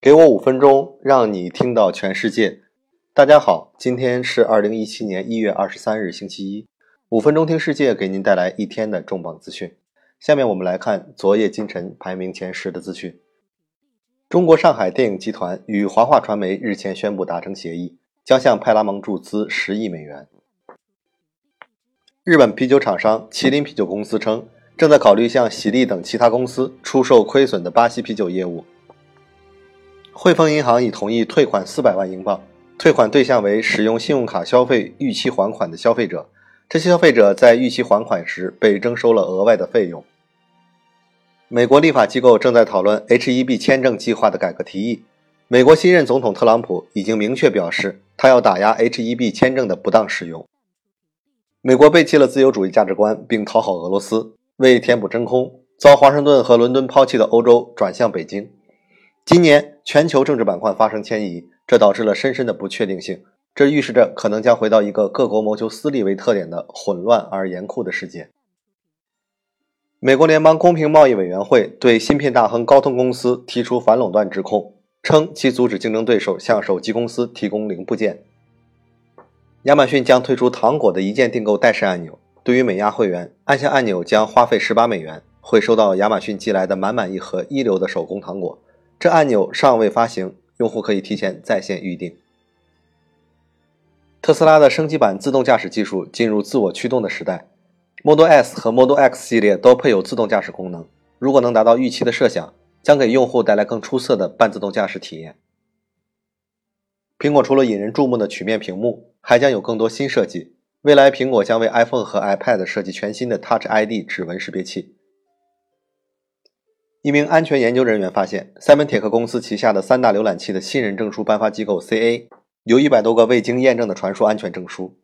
给我5分钟，让你听到全世界。大家好，今天是2017年1月23日星期一，5分钟听世界给您带来一天的重磅资讯。下面我们来看昨夜今晨排名前10的资讯。中国上海电影集团与华华传媒日前宣布达成协议，将向派拉蒙注资10亿美元。日本啤酒厂商麒麟啤酒公司称，正在考虑向喜力等其他公司出售亏损的巴西啤酒业务。汇丰银行已同意退款400万英镑，退款对象为使用信用卡消费逾期还款的消费者，这些消费者在逾期还款时被征收了额外的费用。美国立法机构正在讨论 H-1B 签证计划的改革提议。美国新任总统特朗普已经明确表示，他要打压 H-1B 签证的不当使用。美国背弃了自由主义价值观并讨好俄罗斯，为填补真空，遭华盛顿和伦敦抛弃的欧洲转向北京。今年全球政治板块发生迁移，这导致了深深的不确定性，这预示着可能将回到一个各国谋求私利为特点的混乱而严酷的世界。美国联邦公平贸易委员会对芯片大亨高通公司提出反垄断指控，称其阻止竞争对手向手机公司提供零部件。亚马逊将推出糖果的一键订购代式按钮，对于美亚会员，按下按钮将花费18美元，会收到亚马逊寄来的满满一盒一流的手工糖果。这按钮尚未发行，用户可以提前在线预订。特斯拉的升级版自动驾驶技术进入自我驱动的时代， Model S 和 Model X 系列都配有自动驾驶功能，如果能达到预期的设想，将给用户带来更出色的半自动驾驶体验。苹果除了引人注目的曲面屏幕，还将有更多新设计，未来苹果将为 iPhone 和 iPad 设计全新的 Touch ID 指纹识别器。一名安全研究人员发现，赛门铁克公司旗下的3大浏览器的信任证书颁发机构 CA 有100多个未经验证的传输安全证书。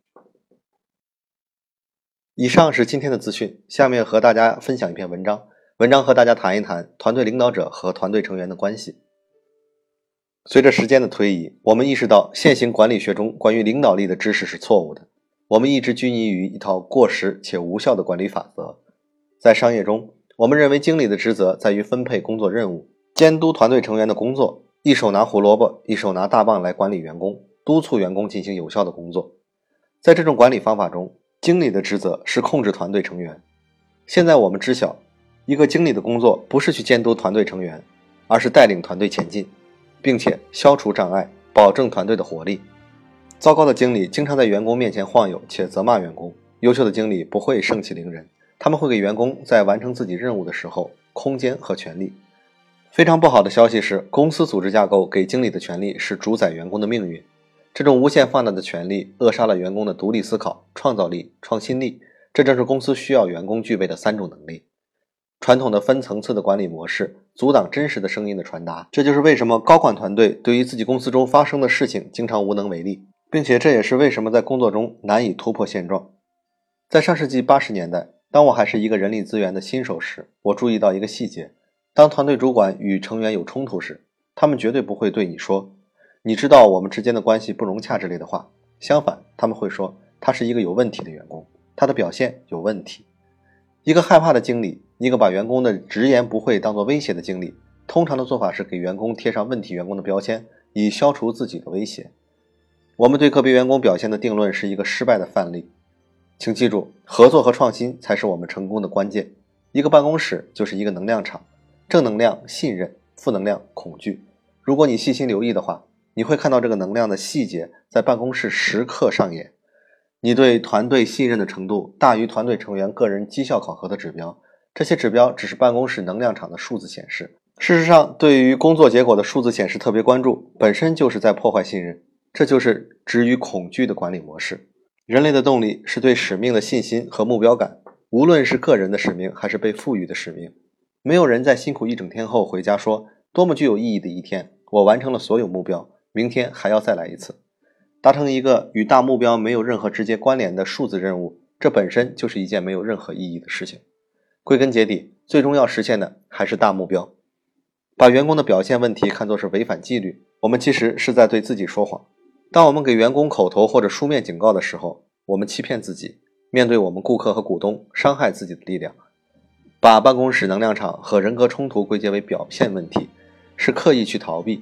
以上是今天的资讯，下面和大家分享一篇文章和大家谈一谈团队领导者和团队成员的关系。随着时间的推移，我们意识到现行管理学中关于领导力的知识是错误的，我们一直拘泥于一套过时且无效的管理法则。在商业中，我们认为经理的职责在于分配工作任务，监督团队成员的工作，一手拿胡萝卜，一手拿大棒来管理员工，督促员工进行有效的工作。在这种管理方法中，经理的职责是控制团队成员。现在我们知晓，一个经理的工作不是去监督团队成员，而是带领团队前进，并且消除障碍，保证团队的活力。糟糕的经理经常在员工面前晃悠且责骂员工，优秀的经理不会盛气凌人，他们会给员工在完成自己任务的时候空间和权利。非常不好的消息是，公司组织架构给经理的权利是主宰员工的命运。这种无限放大的权利扼杀了员工的独立思考、创造力、创新力，这正是公司需要员工具备的3种能力。传统的分层次的管理模式阻挡真实的声音的传达，这就是为什么高管团队对于自己公司中发生的事情经常无能为力，并且这也是为什么在工作中难以突破现状。在上世纪80年代，当我还是一个人力资源的新手时，我注意到一个细节，当团队主管与成员有冲突时，他们绝对不会对你说，你知道我们之间的关系不融洽之类的话，相反，他们会说，他是一个有问题的员工，他的表现有问题。一个害怕的经理，一个把员工的直言不讳当作威胁的经理，通常的做法是给员工贴上问题员工的标签，以消除自己的威胁。我们对个别员工表现的定论是一个失败的范例。请记住，合作和创新才是我们成功的关键。一个办公室就是一个能量场，正能量信任，负能量恐惧。如果你细心留意的话，你会看到这个能量的细节在办公室时刻上演。你对团队信任的程度大于团队成员个人绩效考核的指标，这些指标只是办公室能量场的数字显示。事实上，对于工作结果的数字显示特别关注，本身就是在破坏信任，这就是止于恐惧的管理模式。人类的动力是对使命的信心和目标感，无论是个人的使命还是被赋予的使命。没有人在辛苦一整天后回家说，多么具有意义的一天，我完成了所有目标，明天还要再来一次。达成一个与大目标没有任何直接关联的数字任务，这本身就是一件没有任何意义的事情。归根结底，最终要实现的还是大目标。把员工的表现问题看作是违反纪律，我们其实是在对自己说谎。当我们给员工口头或者书面警告的时候，我们欺骗自己，面对我们顾客和股东，伤害自己的力量。把办公室能量场和人格冲突归结为表现问题，是刻意去逃避，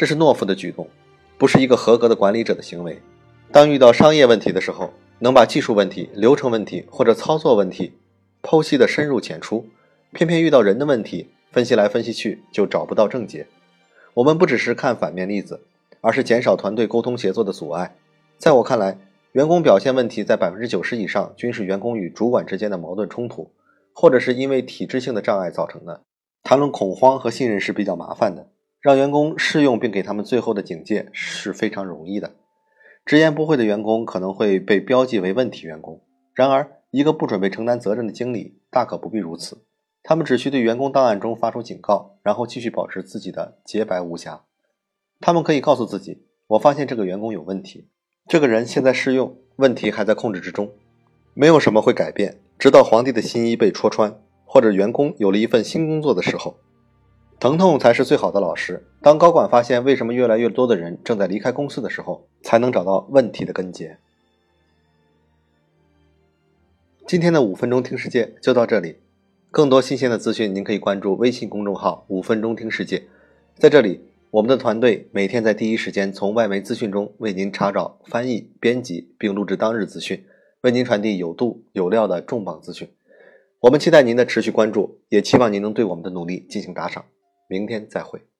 这是懦夫的举动，不是一个合格的管理者的行为。当遇到商业问题的时候，能把技术问题、流程问题或者操作问题剖析得深入浅出，偏偏遇到人的问题，分析来分析去就找不到症结。我们不只是看反面例子，而是减少团队沟通协作的阻碍。在我看来，员工表现问题在 90% 以上均是员工与主管之间的矛盾冲突，或者是因为体制性的障碍造成的。谈论恐慌和信任是比较麻烦的，让员工适用并给他们最后的警戒是非常容易的。直言不讳的员工可能会被标记为问题员工，然而一个不准备承担责任的经理大可不必如此。他们只需对员工档案中发出警告，然后继续保持自己的洁白无瑕。他们可以告诉自己，我发现这个员工有问题，这个人现在适用，问题还在控制之中。没有什么会改变，直到皇帝的新衣被戳穿，或者员工有了一份新工作的时候。疼痛才是最好的老师，当高管发现为什么越来越多的人正在离开公司的时候，才能找到问题的根结。今天的5分钟听世界就到这里，更多新鲜的资讯您可以关注微信公众号5分钟听世界。在这里，我们的团队每天在第一时间从外媒资讯中为您查找、翻译、编辑并录制当日资讯，为您传递有度有料的重磅资讯。我们期待您的持续关注，也期望您能对我们的努力进行打赏。明天再会。